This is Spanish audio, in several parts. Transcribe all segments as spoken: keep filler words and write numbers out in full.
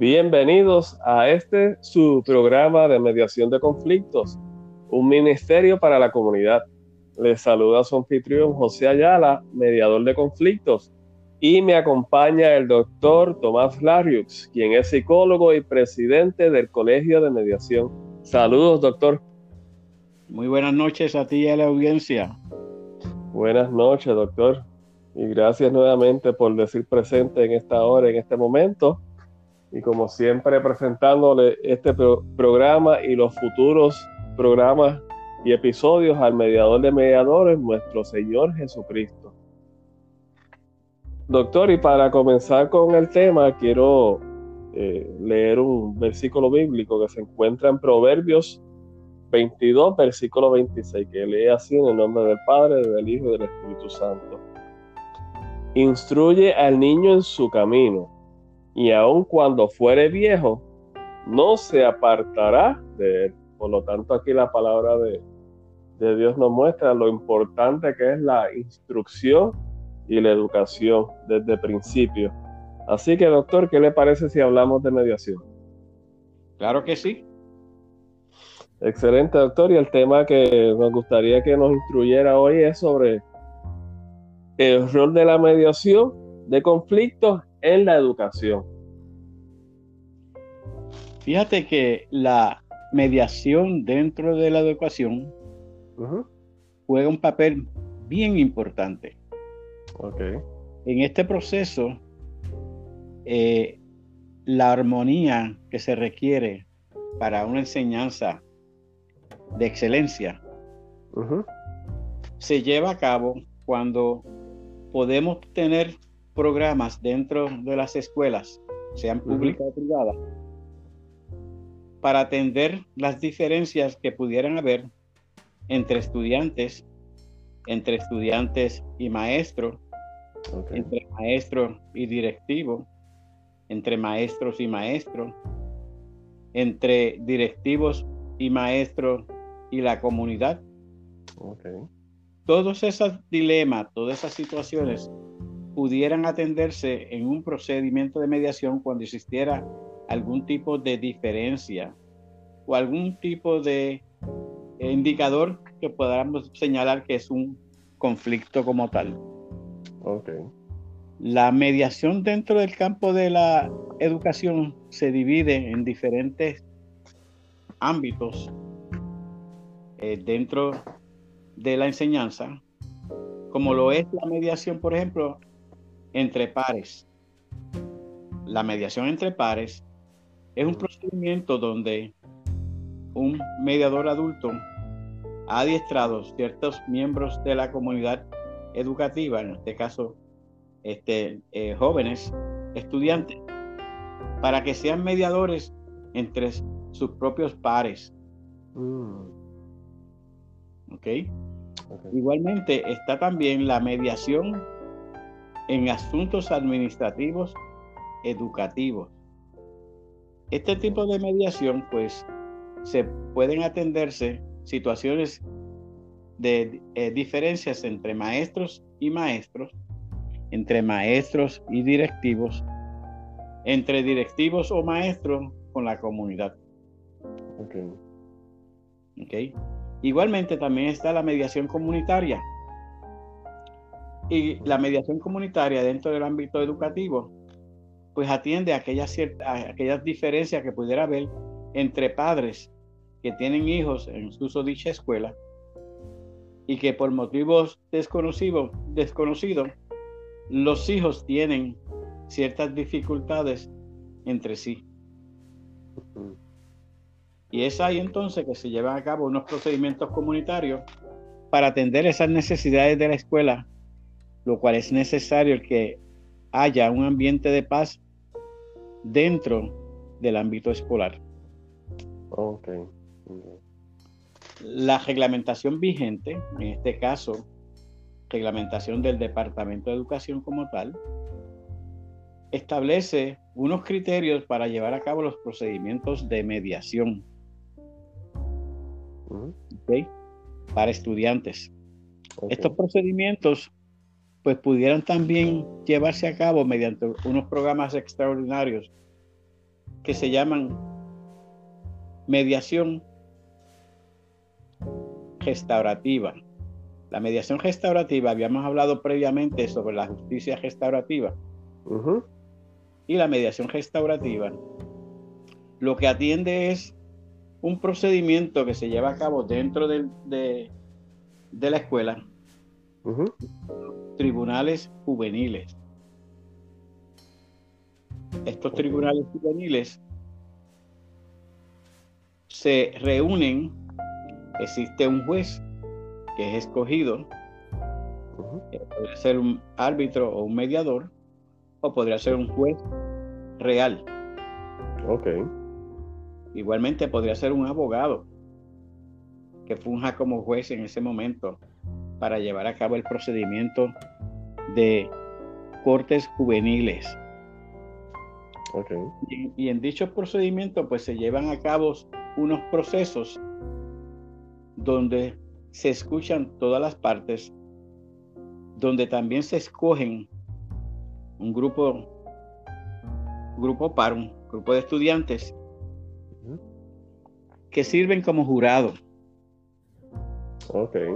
Bienvenidos a este su programa de mediación de conflictos, un ministerio para la comunidad. Les saluda su anfitrión José Ayala, mediador de conflictos, y me acompaña el doctor Tomás Lariux, quien es psicólogo y presidente del Colegio de Mediación. Saludos, doctor. Muy buenas noches a ti y a la audiencia. Buenas noches, doctor. Y gracias nuevamente por decir presente en esta hora, en este momento. Y como siempre, presentándole este pro- programa y los futuros programas y episodios al mediador de mediadores, nuestro Señor Jesucristo. Doctor, y para comenzar con el tema, quiero eh, leer un versículo bíblico que se encuentra en Proverbios veintidós, versículo veintiséis, que lee así en el nombre del Padre, del Hijo y del Espíritu Santo. Instruye al niño en su camino, y aun cuando fuere viejo, no se apartará de él. Por lo tanto, aquí la palabra de, de Dios nos muestra lo importante que es la instrucción y la educación desde el principio. Así que, doctor, ¿qué le parece si hablamos de mediación? Claro que sí. Excelente, doctor. Y el tema que nos gustaría que nos instruyera hoy es sobre el rol de la mediación de conflictos en la educación. Fíjate que la mediación dentro de la educación uh-huh. juega un papel bien importante. Okay. En este proceso, eh, la armonía que se requiere para una enseñanza de excelencia uh-huh. se lleva a cabo cuando podemos tener programas dentro de las escuelas, sean públicas uh-huh. o privadas, para atender las diferencias que pudieran haber entre estudiantes, entre estudiantes y maestros, okay. entre maestros y directivos, entre maestros y maestros, entre directivos y maestros y la comunidad. Okay. Todos esos dilemas, todas esas situaciones pudieran atenderse en un procedimiento de mediación cuando existiera algún tipo de diferencia o algún tipo de indicador que podamos señalar que es un conflicto como tal. Okay. La mediación dentro del campo de la educación se divide en diferentes ámbitos eh, dentro de la enseñanza, como lo es la mediación, por ejemplo, entre pares. La mediación entre pares es un procedimiento donde un mediador adulto ha adiestrado ciertos miembros de la comunidad educativa, en este caso este, eh, jóvenes, estudiantes, para que sean mediadores entre sus propios pares. Mm. ¿Okay? Okay. Igualmente está también la mediación en asuntos administrativos educativos. Este tipo de mediación, pues, se pueden atenderse situaciones de eh, diferencias entre maestros y maestros, entre maestros y directivos, entre directivos o maestros con la comunidad. Okay. Okay. Igualmente también está la mediación comunitaria. Y la mediación comunitaria dentro del ámbito educativo, pues atiende a aquellas, ciertas, a aquellas diferencias que pudiera haber entre padres que tienen hijos en su dicha escuela y que por motivos desconocidos, desconocidos, los hijos tienen ciertas dificultades entre sí. Uh-huh. Y es ahí entonces que se llevan a cabo unos procedimientos comunitarios para atender esas necesidades de la escuela, lo cual es necesario el que haya un ambiente de paz dentro del ámbito escolar. Okay. Okay. La reglamentación vigente, en este caso, reglamentación del Departamento de Educación como tal, establece unos criterios para llevar a cabo los procedimientos de mediación. Uh-huh. ¿Okay? Para estudiantes. Okay. Estos procedimientos pues pudieran también llevarse a cabo mediante unos programas extraordinarios que se llaman mediación restaurativa. La mediación restaurativa, habíamos hablado previamente sobre la justicia restaurativa. Uh-huh. Y la mediación restaurativa lo que atiende es un procedimiento que se lleva a cabo dentro de, de, de la escuela, uh-huh. tribunales juveniles. Estos okay. tribunales juveniles se reúnen, existe un juez que es escogido, uh-huh. que puede ser un árbitro o un mediador, o podría ser un juez real. Okay. Igualmente podría ser un abogado que funja como juez en ese momento para llevar a cabo el procedimiento de cortes juveniles. Okay. Y, y en dichos procedimientos pues se llevan a cabo unos procesos donde se escuchan todas las partes, donde también se escogen un grupo grupo par, un grupo de estudiantes uh-huh. que sirven como jurado. Okay.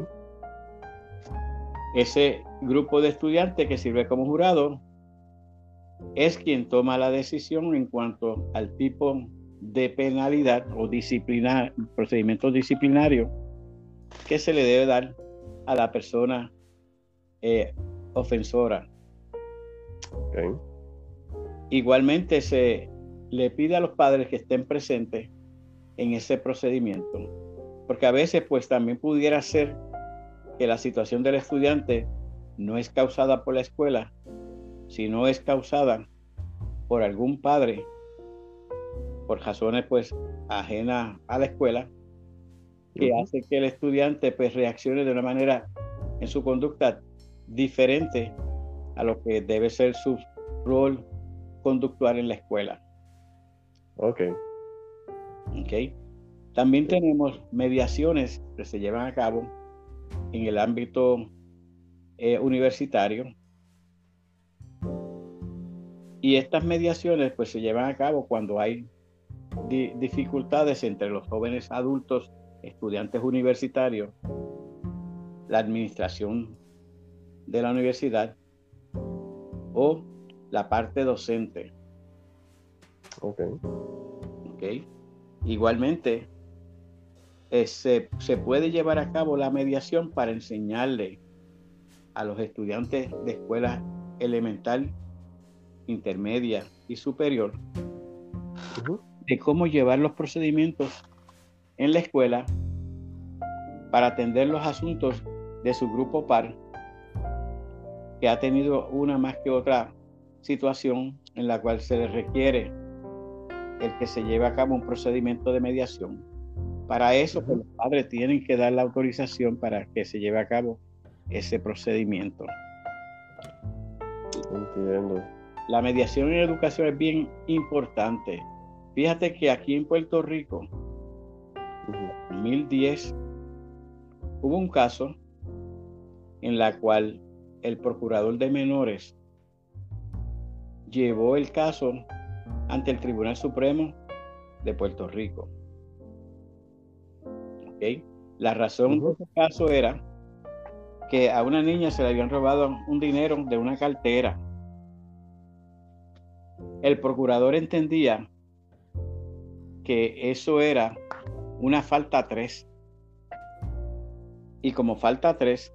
Ese grupo de estudiantes que sirve como jurado es quien toma la decisión en cuanto al tipo de penalidad o disciplinar, procedimiento disciplinario que se le debe dar a la persona eh, ofensora. Okay. Igualmente se le pide a los padres que estén presentes en ese procedimiento, porque a veces pues también pudiera ser que la situación del estudiante no es causada por la escuela, sino es causada por algún padre, por razones pues ajenas a la escuela, que uh-huh. hace que el estudiante pues reaccione de una manera en su conducta diferente a lo que debe ser su rol conductual en la escuela. Okay. Okay. También tenemos mediaciones que se llevan a cabo en el ámbito eh, universitario. Y estas mediaciones pues se llevan a cabo cuando hay di- dificultades entre los jóvenes adultos, estudiantes universitarios, la administración de la universidad o la parte docente. Okay. Okay. Igualmente, eh, se, se puede llevar a cabo la mediación para enseñarle a los estudiantes de escuela elemental, intermedia y superior uh-huh. de cómo llevar los procedimientos en la escuela para atender los asuntos de su grupo par que ha tenido una más que otra situación en la cual se le requiere el que se lleve a cabo un procedimiento de mediación. Para eso, uh-huh. pues, los padres tienen que dar la autorización para que se lleve a cabo ese procedimiento. Entiendo. La mediación en educación es bien importante. Fíjate que aquí en Puerto Rico, uh-huh. en dos mil diez, hubo un caso en la cual el procurador de menores llevó el caso ante el Tribunal Supremo de Puerto Rico. ¿Okay? La razón uh-huh. de ese caso era que a una niña se le habían robado un dinero de una cartera. El procurador entendía que eso era una falta tres. Y como falta tres,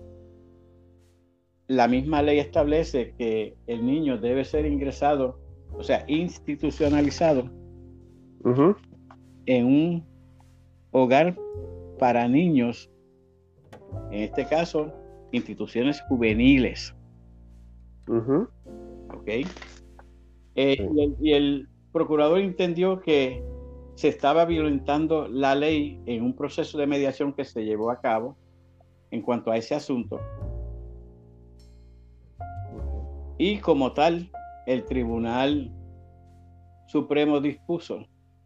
la misma ley establece que el niño debe ser ingresado, o sea, institucionalizado uh-huh. en un hogar para niños, en este caso, instituciones juveniles. Uh-huh. ¿Ok? Eh, sí. y, el, y el procurador entendió que se estaba violentando la ley en un proceso de mediación que se llevó a cabo en cuanto a ese asunto. Y como tal, el Tribunal Supremo dispuso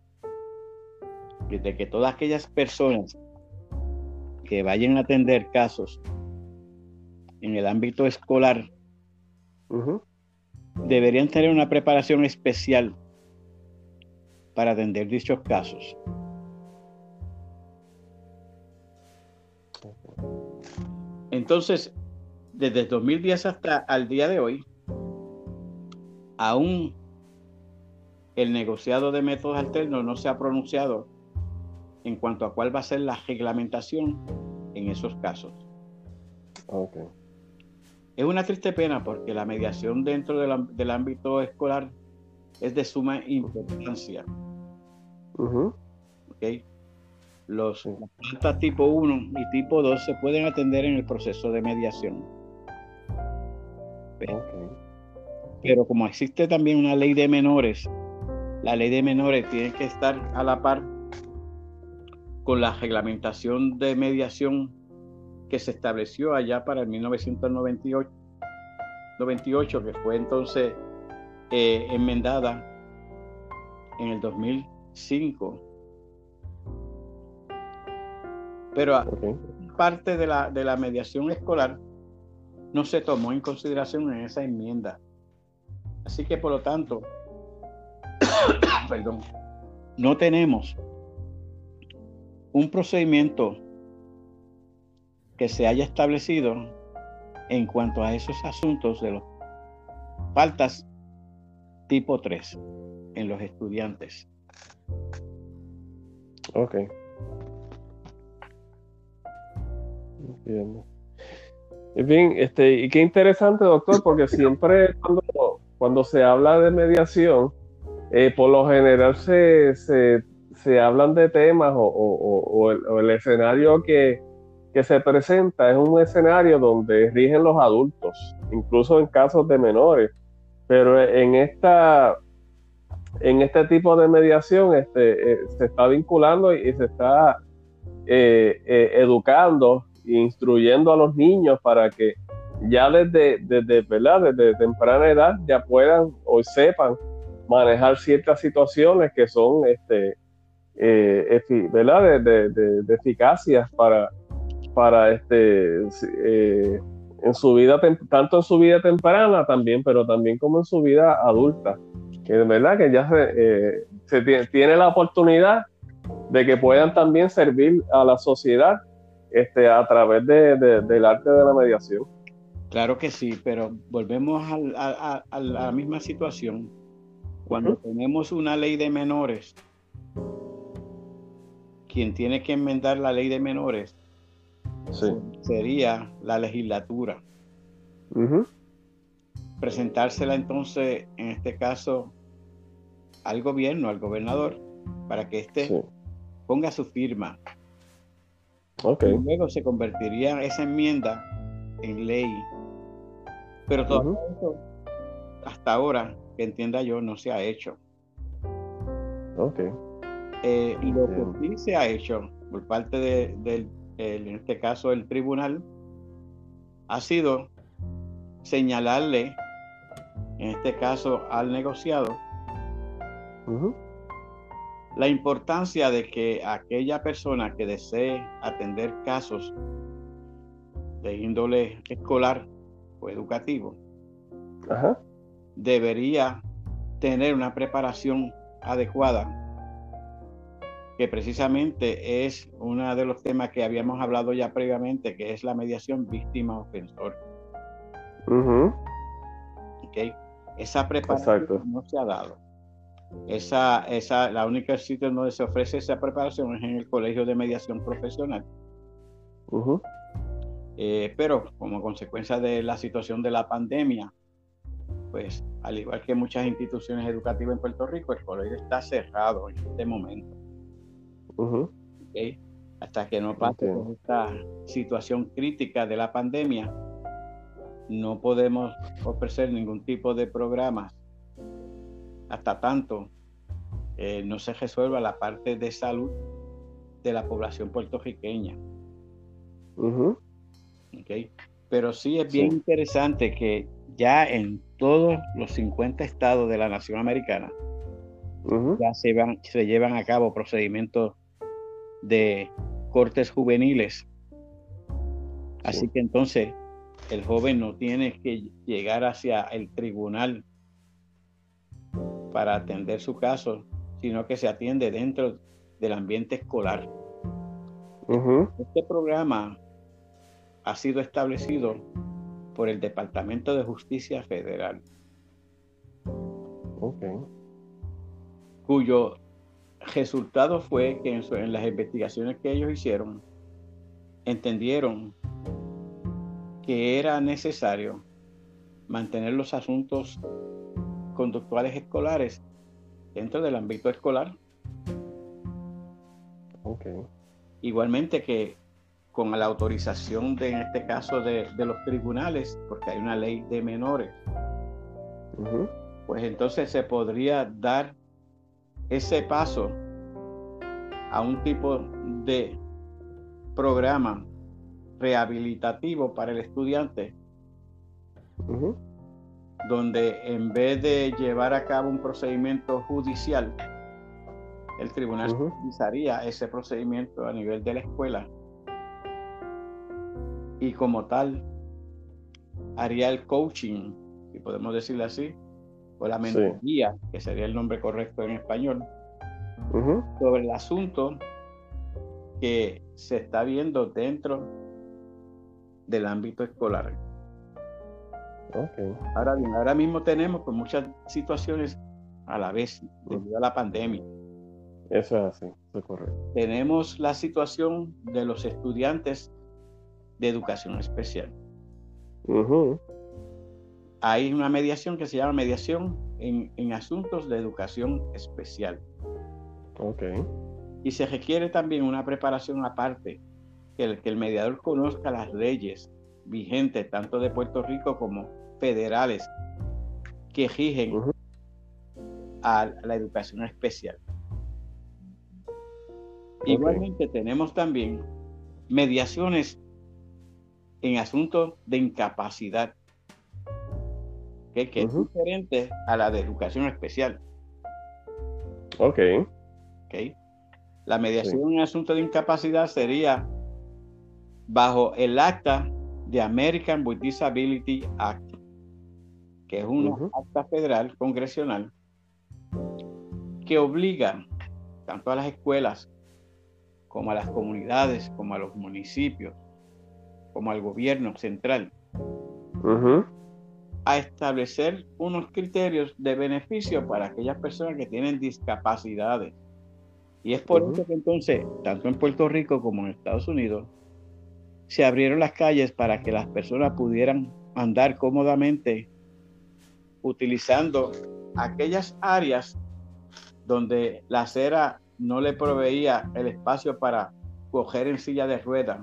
de que todas aquellas personas que vayan a atender casos en el ámbito escolar uh-huh. deberían tener una preparación especial para atender dichos casos. Entonces, desde el dos mil diez hasta el día de hoy, aún el negociado de métodos alternos no se ha pronunciado en cuanto a cuál va a ser la reglamentación en esos casos. Okay. Es una triste pena porque la mediación dentro de la, del ámbito escolar es de suma importancia. Uh-huh. ¿Okay? Los sí. Las tipo uno y tipo dos se pueden atender en el proceso de mediación. Okay. Pero como existe también una ley de menores, la ley de menores tiene que estar a la par con la reglamentación de mediación que se estableció allá para el mil novecientos noventa y ocho, que fue entonces eh, enmendada en el dos mil cinco. Pero okay. parte de la, de la mediación escolar no se tomó en consideración en esa enmienda. Así que, por lo tanto, perdón, no tenemos un procedimiento que se haya establecido en cuanto a esos asuntos de las faltas tipo tres en los estudiantes. Ok. Entiendo. En fin, este, y qué interesante, doctor, porque siempre cuando, cuando se habla de mediación, eh, por lo general se, se, se hablan de temas o, o, o, el, o el escenario que, que se presenta es un escenario donde rigen los adultos, incluso en casos de menores. Pero en esta en este tipo de mediación este, eh, se está vinculando y, y se está eh, eh, educando e instruyendo a los niños para que ya desde, desde, ¿verdad? desde temprana edad ya puedan o sepan manejar ciertas situaciones que son este, eh, efi, ¿verdad? De, de, de, de eficacia para, para este, eh, en su vida, tanto en su vida temprana también, pero también como en su vida adulta. Que de verdad que ya se, eh, se tiene, tiene la oportunidad de que puedan también servir a la sociedad este, a través de, de, del arte de la mediación. Claro que sí, pero volvemos a, a, a la misma situación. Cuando uh-huh. tenemos una ley de menores, quien tiene que enmendar la ley de menores sí. sería la legislatura. Uh-huh. Presentársela entonces, en este caso, al gobierno, al gobernador, para que éste sí. ponga su firma. Okay. Y luego se convertiría esa enmienda en ley. Pero todo uh-huh. eso, hasta ahora, que entienda yo, no se ha hecho. Okay. Eh, y lo que sí se ha hecho por parte de, de, de, en este caso, el tribunal, ha sido señalarle, en este caso, al negociado, uh-huh. la importancia de que aquella persona que desee atender casos de índole escolar o educativo uh-huh. debería tener una preparación adecuada, que precisamente es uno de los temas que habíamos hablado ya previamente, que es la mediación víctima-ofensor. Uh-huh. ¿Okay? Esa preparación Exacto. no se ha dado. Esa, esa, la única sitio donde se ofrece esa preparación es en el Colegio de Mediación Profesional. Uh-huh. Eh, pero como consecuencia de la situación de la pandemia, pues al igual que muchas instituciones educativas en Puerto Rico, el colegio está cerrado en este momento. Uh-huh. ¿Okay? Hasta que no pase okay. con esta situación crítica de la pandemia, no podemos ofrecer ningún tipo de programas hasta tanto eh, no se resuelva la parte de salud de la población puertorriqueña. Uh-huh. Okay. Pero sí es bien sí. interesante que ya en todos los cincuenta estados de la nación americana uh-huh. ya se, van, se llevan a cabo procedimientos de cortes juveniles. Así sí. que entonces el joven no tiene que llegar hacia el tribunal para atender su caso, sino que se atiende dentro del ambiente escolar. Uh-huh. Este programa ha sido establecido por el Departamento de Justicia Federal, Okay. cuyo resultado fue que en, su, en las investigaciones que ellos hicieron, entendieron que era necesario mantener los asuntos conductuales escolares dentro del ámbito escolar. Okay. Igualmente que con la autorización de, en este caso, de, de los tribunales, porque hay una ley de menores, Uh-huh. pues entonces se podría dar ese paso a un tipo de programa rehabilitativo para el estudiante, Uh-huh. donde en vez de llevar a cabo un procedimiento judicial, el tribunal Uh-huh. utilizaría ese procedimiento a nivel de la escuela y como tal haría el coaching, si podemos decirlo así, o la mentoría, sí, que sería el nombre correcto en español, Uh-huh. sobre el asunto que se está viendo dentro del ámbito escolar. Okay. Ahora bien, ahora mismo tenemos pues, muchas situaciones a la vez debido a la pandemia. Eso es así, eso es correcto. Tenemos la situación de los estudiantes de educación especial. Uh-huh. Hay una mediación que se llama mediación en, en asuntos de educación especial. Okay. Y se requiere también una preparación aparte, que el, que el mediador conozca las leyes vigentes, tanto de Puerto Rico como federales, que rigen uh-huh. a la educación especial. Okay. Igualmente tenemos también mediaciones en asuntos de incapacidad, que, que uh-huh. es diferente a la de educación especial. Ok. Okay. La mediación sí. en asuntos de incapacidad sería bajo el acta de American with Disability Act, que es una uh-huh. acta federal congresional que obliga tanto a las escuelas como a las comunidades, como a los municipios, como al gobierno central, uh-huh. a establecer unos criterios de beneficio para aquellas personas que tienen discapacidades. Y es por uh-huh. eso que entonces, tanto en Puerto Rico como en Estados Unidos, se abrieron las calles para que las personas pudieran andar cómodamente utilizando aquellas áreas donde la acera no le proveía el espacio para coger en silla de ruedas.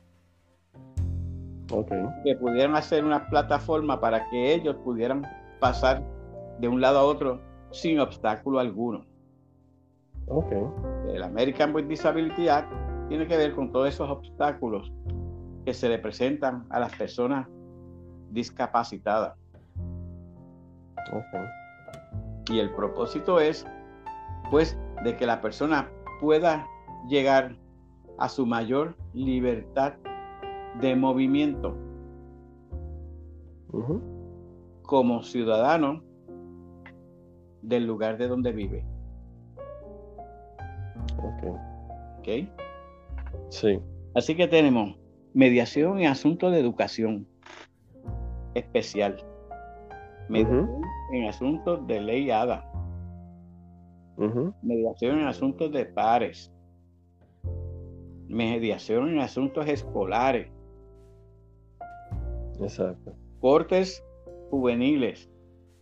Okay. Que pudieran hacer una plataforma para que ellos pudieran pasar de un lado a otro sin obstáculo alguno. Okay. El American with Disability Act tiene que ver con todos esos obstáculos que se le presentan a las personas discapacitadas. Okay. Y el propósito es, pues, de que la persona pueda llegar a su mayor libertad de movimiento uh-huh. como ciudadano del lugar de donde vive. Okay. ¿Okay? Sí. Así que tenemos mediación en asuntos de educación especial, mediación uh-huh. en asuntos de ley ADA, uh-huh. mediación en asuntos de pares, mediación en asuntos escolares, exacto, cortes juveniles,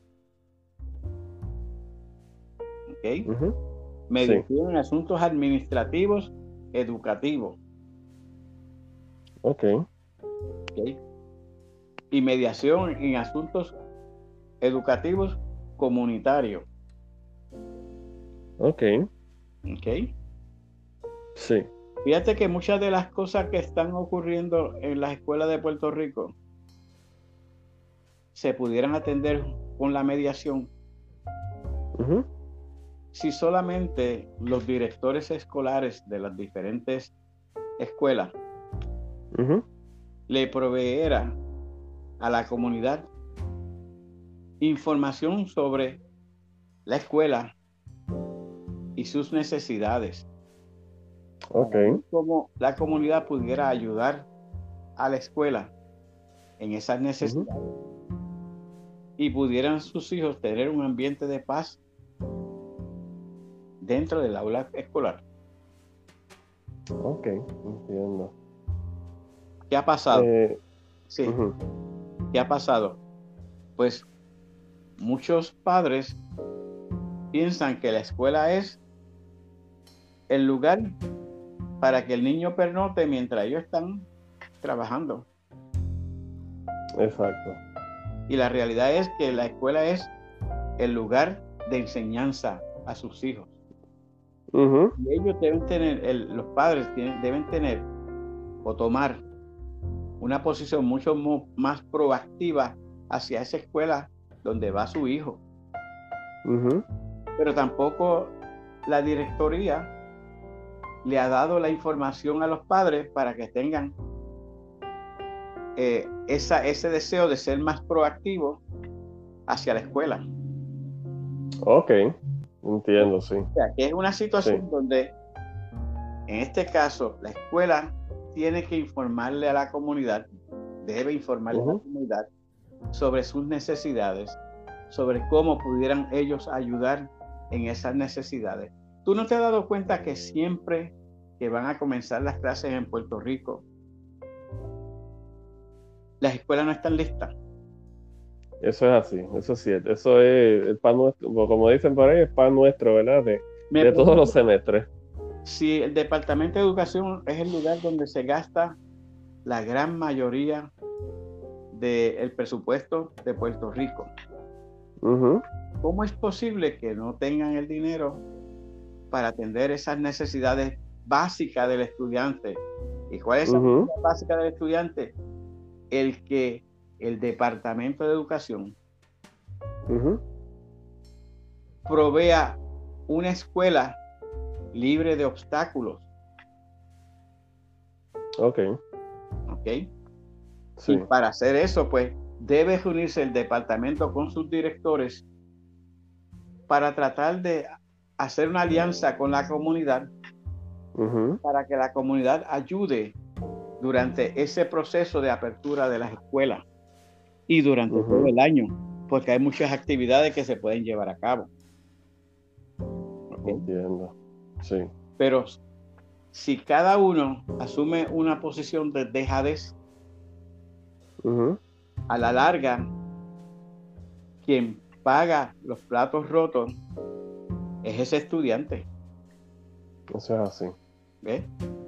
¿ok? Uh-huh. Mediación sí. en asuntos administrativos, educativos, ok, ¿ok? Y mediación en asuntos educativos comunitarios, ok, ¿ok? sí. Fíjate que muchas de las cosas que están ocurriendo en las escuelas de Puerto Rico se pudieran atender con la mediación Uh-huh. si solamente los directores escolares de las diferentes escuelas Uh-huh. le proveeran a la comunidad información sobre la escuela y sus necesidades. Ok. Cómo la comunidad pudiera ayudar a la escuela en esas necesidades uh-huh. y pudieran sus hijos tener un ambiente de paz dentro del aula escolar. Ok, entiendo. ¿Qué ha pasado? Eh, sí. Uh-huh. ¿Qué ha pasado? Pues muchos padres piensan que la escuela es el lugar para que el niño pernote mientras ellos están trabajando. Exacto. Y la realidad es que la escuela es el lugar de enseñanza a sus hijos. Uh-huh. Y ellos deben tener, el, los padres tienen, deben tener o tomar una posición mucho más proactiva hacia esa escuela donde va su hijo. Uh-huh. Pero tampoco la directoría le ha dado la información a los padres para que tengan eh, esa, ese deseo de ser más proactivos hacia la escuela. Ok, entiendo, sí. O sea, que es una situación sí. donde, en este caso, la escuela tiene que informarle a la comunidad, debe informarle uh-huh. a la comunidad sobre sus necesidades, sobre cómo pudieran ellos ayudar en esas necesidades. ¿Tú no te has dado cuenta que siempre que van a comenzar las clases en Puerto Rico, las escuelas no están listas? Eso es así, eso es cierto. Eso es el pan nuestro, como dicen por ahí, el pan nuestro, ¿verdad? De, de todos los semestres. Si el Departamento de Educación es el lugar donde se gasta la gran mayoría del presupuesto de Puerto Rico, uh-huh. ¿cómo es posible que no tengan el dinero para atender esas necesidades básicas del estudiante? ¿Y cuál es esa uh-huh. necesidad básica del estudiante? El que el Departamento de Educación uh-huh. provea una escuela libre de obstáculos. Ok. Ok. Sí. Y para hacer eso, pues, debe reunirse el departamento con sus directores para tratar de hacer una alianza con la comunidad uh-huh. para que la comunidad ayude durante ese proceso de apertura de las escuelas y durante uh-huh. todo el año, porque hay muchas actividades que se pueden llevar a cabo. ¿Okay? Entiendo. Sí. Pero si cada uno asume una posición de dejadez, uh-huh. a la larga, quien paga los platos rotos es ese estudiante. Eso es así. ¿Ves?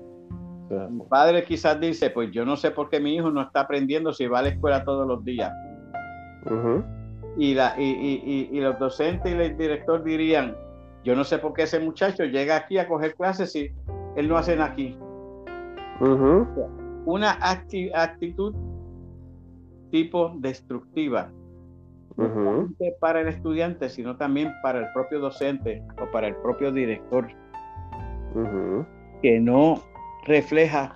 Mi padre quizás dice, pues yo no sé por qué mi hijo no está aprendiendo si va a la escuela todos los días. Uh-huh. Y, la, y, y, y, y los docentes y el director dirían, yo no sé por qué ese muchacho llega aquí a coger clases si él no hace nada aquí. Uh-huh. Una acti- actitud tipo destructiva, no uh-huh. solamente para el estudiante, sino también para el propio docente o para el propio director, uh-huh. que no refleja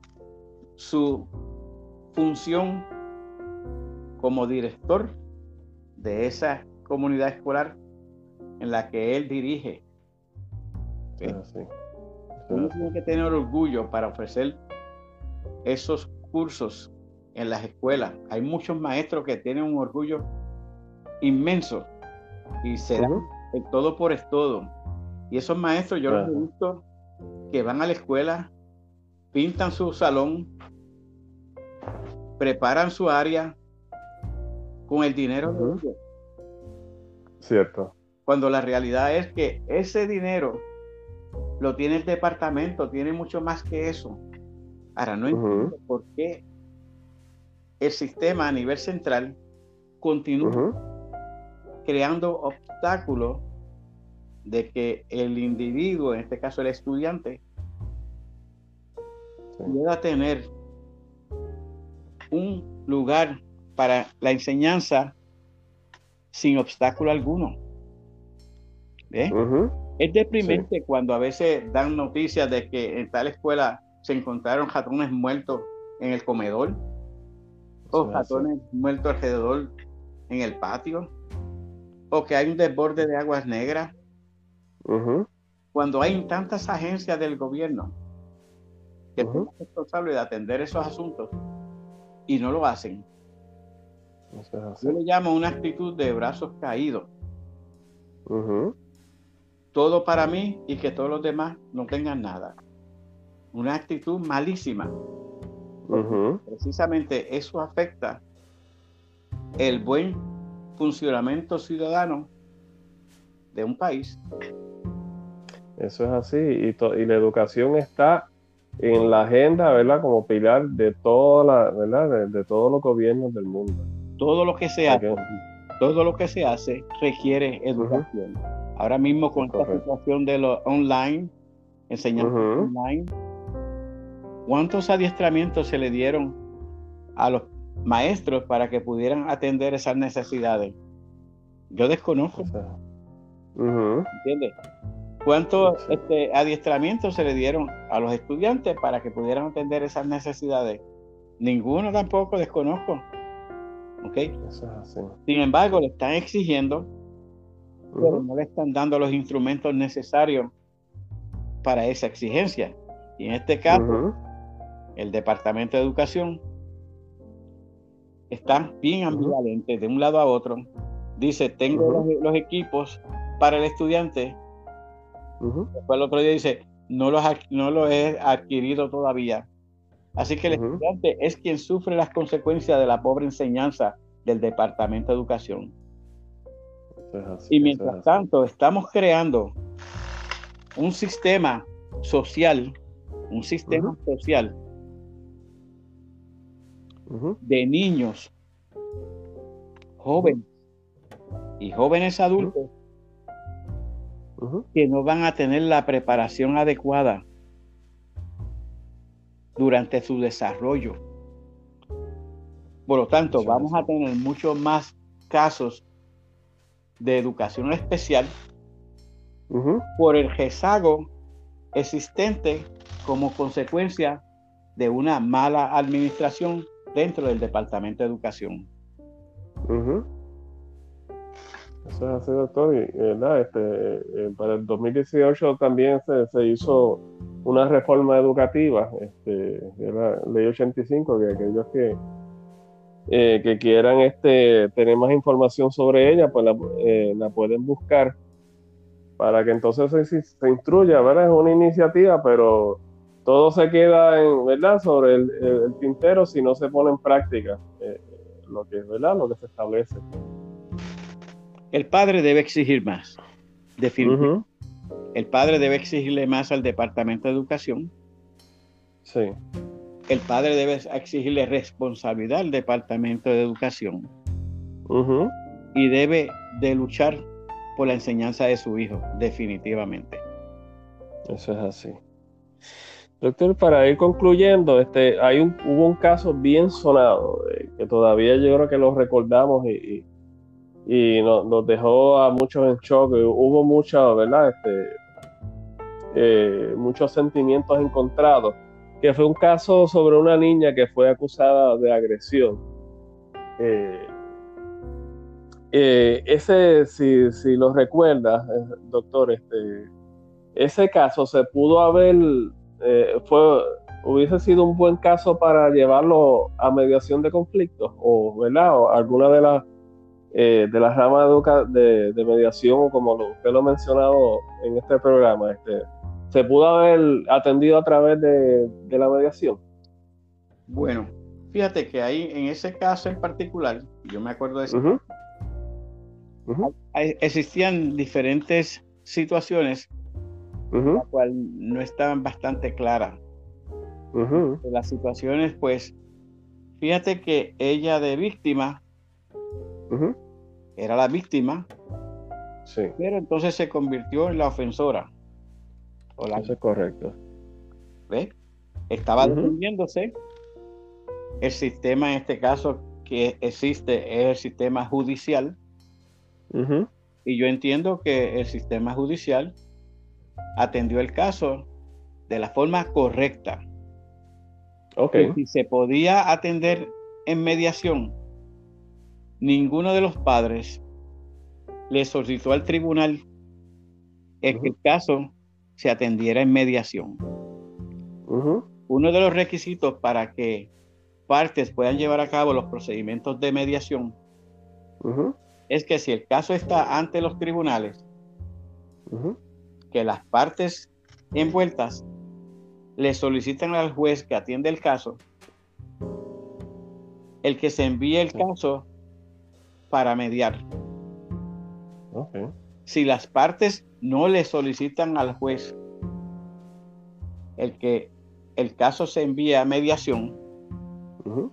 su función como director de esa comunidad escolar en la que él dirige. ¿Sí? Ah, sí. Uno tiene que tener orgullo para ofrecer esos cursos en las escuelas. Hay muchos maestros que tienen un orgullo inmenso y se dan uh-huh. el todo por el todo. Y esos maestros yo uh-huh. los he visto que van a la escuela, pintan su salón, preparan su área con el dinero uh-huh. de ellos. Cierto. Cuando la realidad es que ese dinero lo tiene el departamento, tiene mucho más que eso. Ahora no entiendo uh-huh. por qué el sistema a nivel central continúa uh-huh. creando obstáculos de que el individuo, en este caso el estudiante, sí. pueda tener un lugar para la enseñanza sin obstáculo alguno. ¿Ves? Uh-huh. Es deprimente sí. cuando a veces dan noticias de que en tal escuela se encontraron ratones muertos en el comedor o ratones sí. muertos alrededor en el patio, o que hay un desborde de aguas negras. Uh-huh. cuando hay tantas agencias del gobierno que uh-huh. son responsables de atender esos asuntos y no lo hacen. Eso es así. Yo le llamo una actitud de brazos caídos. Uh-huh. Todo para mí y que todos los demás no tengan nada. Una actitud malísima. Uh-huh. Precisamente eso afecta el buen funcionamiento ciudadano de un país. Eso es así, y, to- y la educación está en la agenda, ¿verdad? Como pilar de toda la, ¿verdad? De, de todos los gobiernos del mundo. Todo lo que se hace, okay. todo lo que se hace requiere educación. Uh-huh. Ahora mismo con esta correcto. situación de lo online, enseñanza uh-huh. online, ¿cuántos adiestramientos se le dieron a los maestros para que pudieran atender esas necesidades? Yo desconozco. O sea, uh-huh. ¿Entiendes? ¿Cuántos sí. este, adiestramientos se le dieron a los estudiantes para que pudieran atender esas necesidades? Ninguno tampoco, desconozco. ¿Ok? Eso es así. Sin embargo, le están exigiendo, uh-huh. pero no le están dando los instrumentos necesarios para esa exigencia. Y en este caso, uh-huh. el Departamento de Educación está bien ambivalente uh-huh. de un lado a otro. Dice, tengo uh-huh. los, los equipos para el estudiante. Uh-huh. Después el otro día dice, no los, no los he adquirido todavía. Así que el uh-huh. estudiante es quien sufre las consecuencias de la pobre enseñanza del Departamento de Educación. Es así, y mientras es tanto, estamos creando un sistema social, un sistema uh-huh. social uh-huh. de niños, jóvenes uh-huh. y jóvenes adultos uh-huh. que no van a tener la preparación adecuada durante su desarrollo. Por lo tanto, Muchas vamos gracias. a tener muchos más casos de educación especial uh-huh. por el rezago existente como consecuencia de una mala administración dentro del Departamento de Educación. Uh-huh. Eso es así, doctor. Y, ¿verdad? Este, eh, para el dos mil dieciocho también se, se hizo una reforma educativa, este, la ley ochenta y cinco, que aquellos que, eh, que quieran este, tener más información sobre ella, pues la, eh, la pueden buscar para que entonces se, se instruya, ¿verdad? Es una iniciativa, pero todo se queda en, ¿verdad? Sobre el, el, el tintero si no se pone en práctica eh, lo que, ¿verdad? Lo que se establece. El padre debe exigir más, definitivamente. Uh-huh. El padre debe exigirle más al Departamento de Educación. Sí. El padre debe exigirle responsabilidad al Departamento de Educación. Uh-huh. Y debe de luchar por la enseñanza de su hijo, definitivamente. Eso es así. Doctor, para ir concluyendo, este, hay un, hubo un caso bien sonado, eh, que todavía yo creo que lo recordamos y, y, y nos, nos dejó a muchos en shock. Hubo mucha, ¿verdad? Este, eh, muchos sentimientos encontrados, que fue un caso sobre una niña que fue acusada de agresión. Eh, eh, ese, si, si lo recuerdas, eh, doctor, este, ese caso se pudo haber, eh, fue, hubiese sido un buen caso para llevarlo a mediación de conflictos, o, ¿verdad? O alguna de las eh, de las ramas de, educa- de, de mediación, como lo, usted lo ha mencionado en este programa, este, ¿se pudo haber atendido a través de, de la mediación? Bueno, fíjate que ahí, en ese caso en particular, yo me acuerdo de eso, uh-huh. Uh-huh. existían diferentes situaciones uh-huh. las cuales no estaban bastante claras. Uh-huh. Las situaciones, pues, fíjate que ella de víctima uh-huh. era la víctima, sí. pero entonces se convirtió en la ofensora. O la... Eso es correcto. ¿Ves? Estaba uh-huh. defendiéndose. El sistema en este caso que existe es el sistema judicial. Uh-huh. Y yo entiendo que el sistema judicial atendió el caso de la forma correcta. Okay. Si se podía atender en mediación, ninguno de los padres le solicitó al tribunal el, uh-huh. el caso se atendiera en mediación. Uh-huh. Uno de los requisitos para que partes puedan llevar a cabo los procedimientos de mediación Uh-huh. es que si el caso está ante los tribunales, Uh-huh. que las partes envueltas le solicitan al juez que atiende el caso el que se envíe el caso para mediar. Okay. Si las partes no le solicitan al juez el que el caso se envíe a mediación, Uh-huh.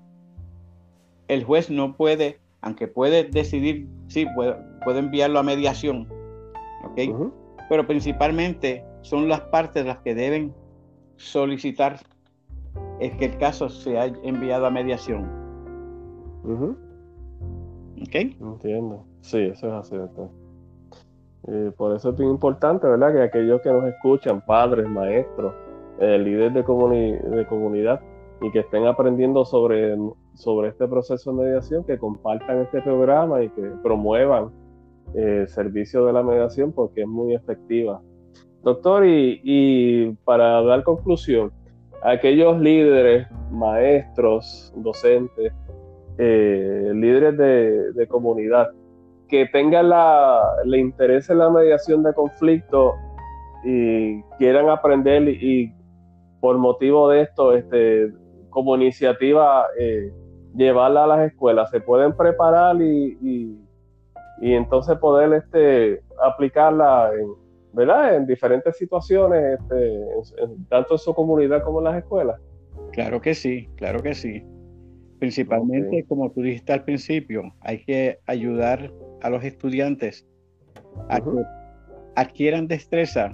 el juez no puede, aunque puede decidir, sí, puede, puede enviarlo a mediación, ¿ok? Uh-huh. Pero principalmente son las partes las que deben solicitar es que el caso sea enviado a mediación. Uh-huh. ¿Ok? Entiendo. Sí, eso es así, doctor. Eh, por eso es bien importante, ¿verdad? Que aquellos que nos escuchan, padres, maestros, eh, líderes de, comuni- de comunidad, y que estén aprendiendo sobre, sobre este proceso de mediación, que compartan este programa y que promuevan el eh, servicio de la mediación porque es muy efectiva. Doctor, y, y para dar conclusión, aquellos líderes, maestros, docentes, eh, líderes de, de comunidad que tengan la, le interese en la mediación de conflictos y quieran aprender y, y por motivo de esto, este, como iniciativa, eh, llevarla a las escuelas, se pueden preparar y, y, y entonces poder este, aplicarla en, ¿verdad? En diferentes situaciones, este, en, en, tanto en su comunidad como en las escuelas. Claro que sí, claro que sí. Principalmente, Okay. como tú dijiste al principio, hay que ayudar a los estudiantes a uh-huh. que adquieran destreza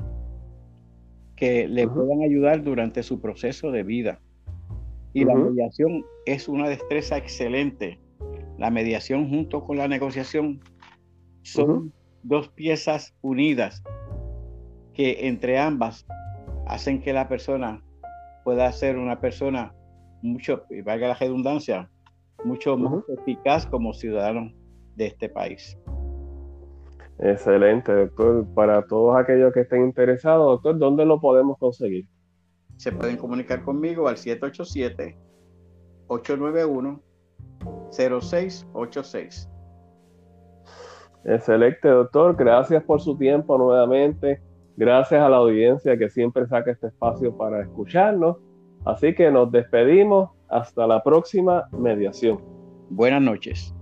que le uh-huh. puedan ayudar durante su proceso de vida. Y uh-huh. la mediación es una destreza excelente. La mediación junto con la negociación son uh-huh. dos piezas unidas que entre ambas hacen que la persona pueda ser una persona mucho, y valga la redundancia, mucho uh-huh. más eficaz como ciudadano de este país. Excelente, doctor. Para todos aquellos que estén interesados, doctor, ¿dónde lo podemos conseguir? Se pueden comunicar conmigo al siete ocho siete, ocho nueve uno, cero seis ocho seis. Excelente, doctor. Gracias por su tiempo nuevamente. Gracias a la audiencia que siempre saca este espacio para escucharnos. Así que nos despedimos. Hasta la próxima mediación. Buenas noches.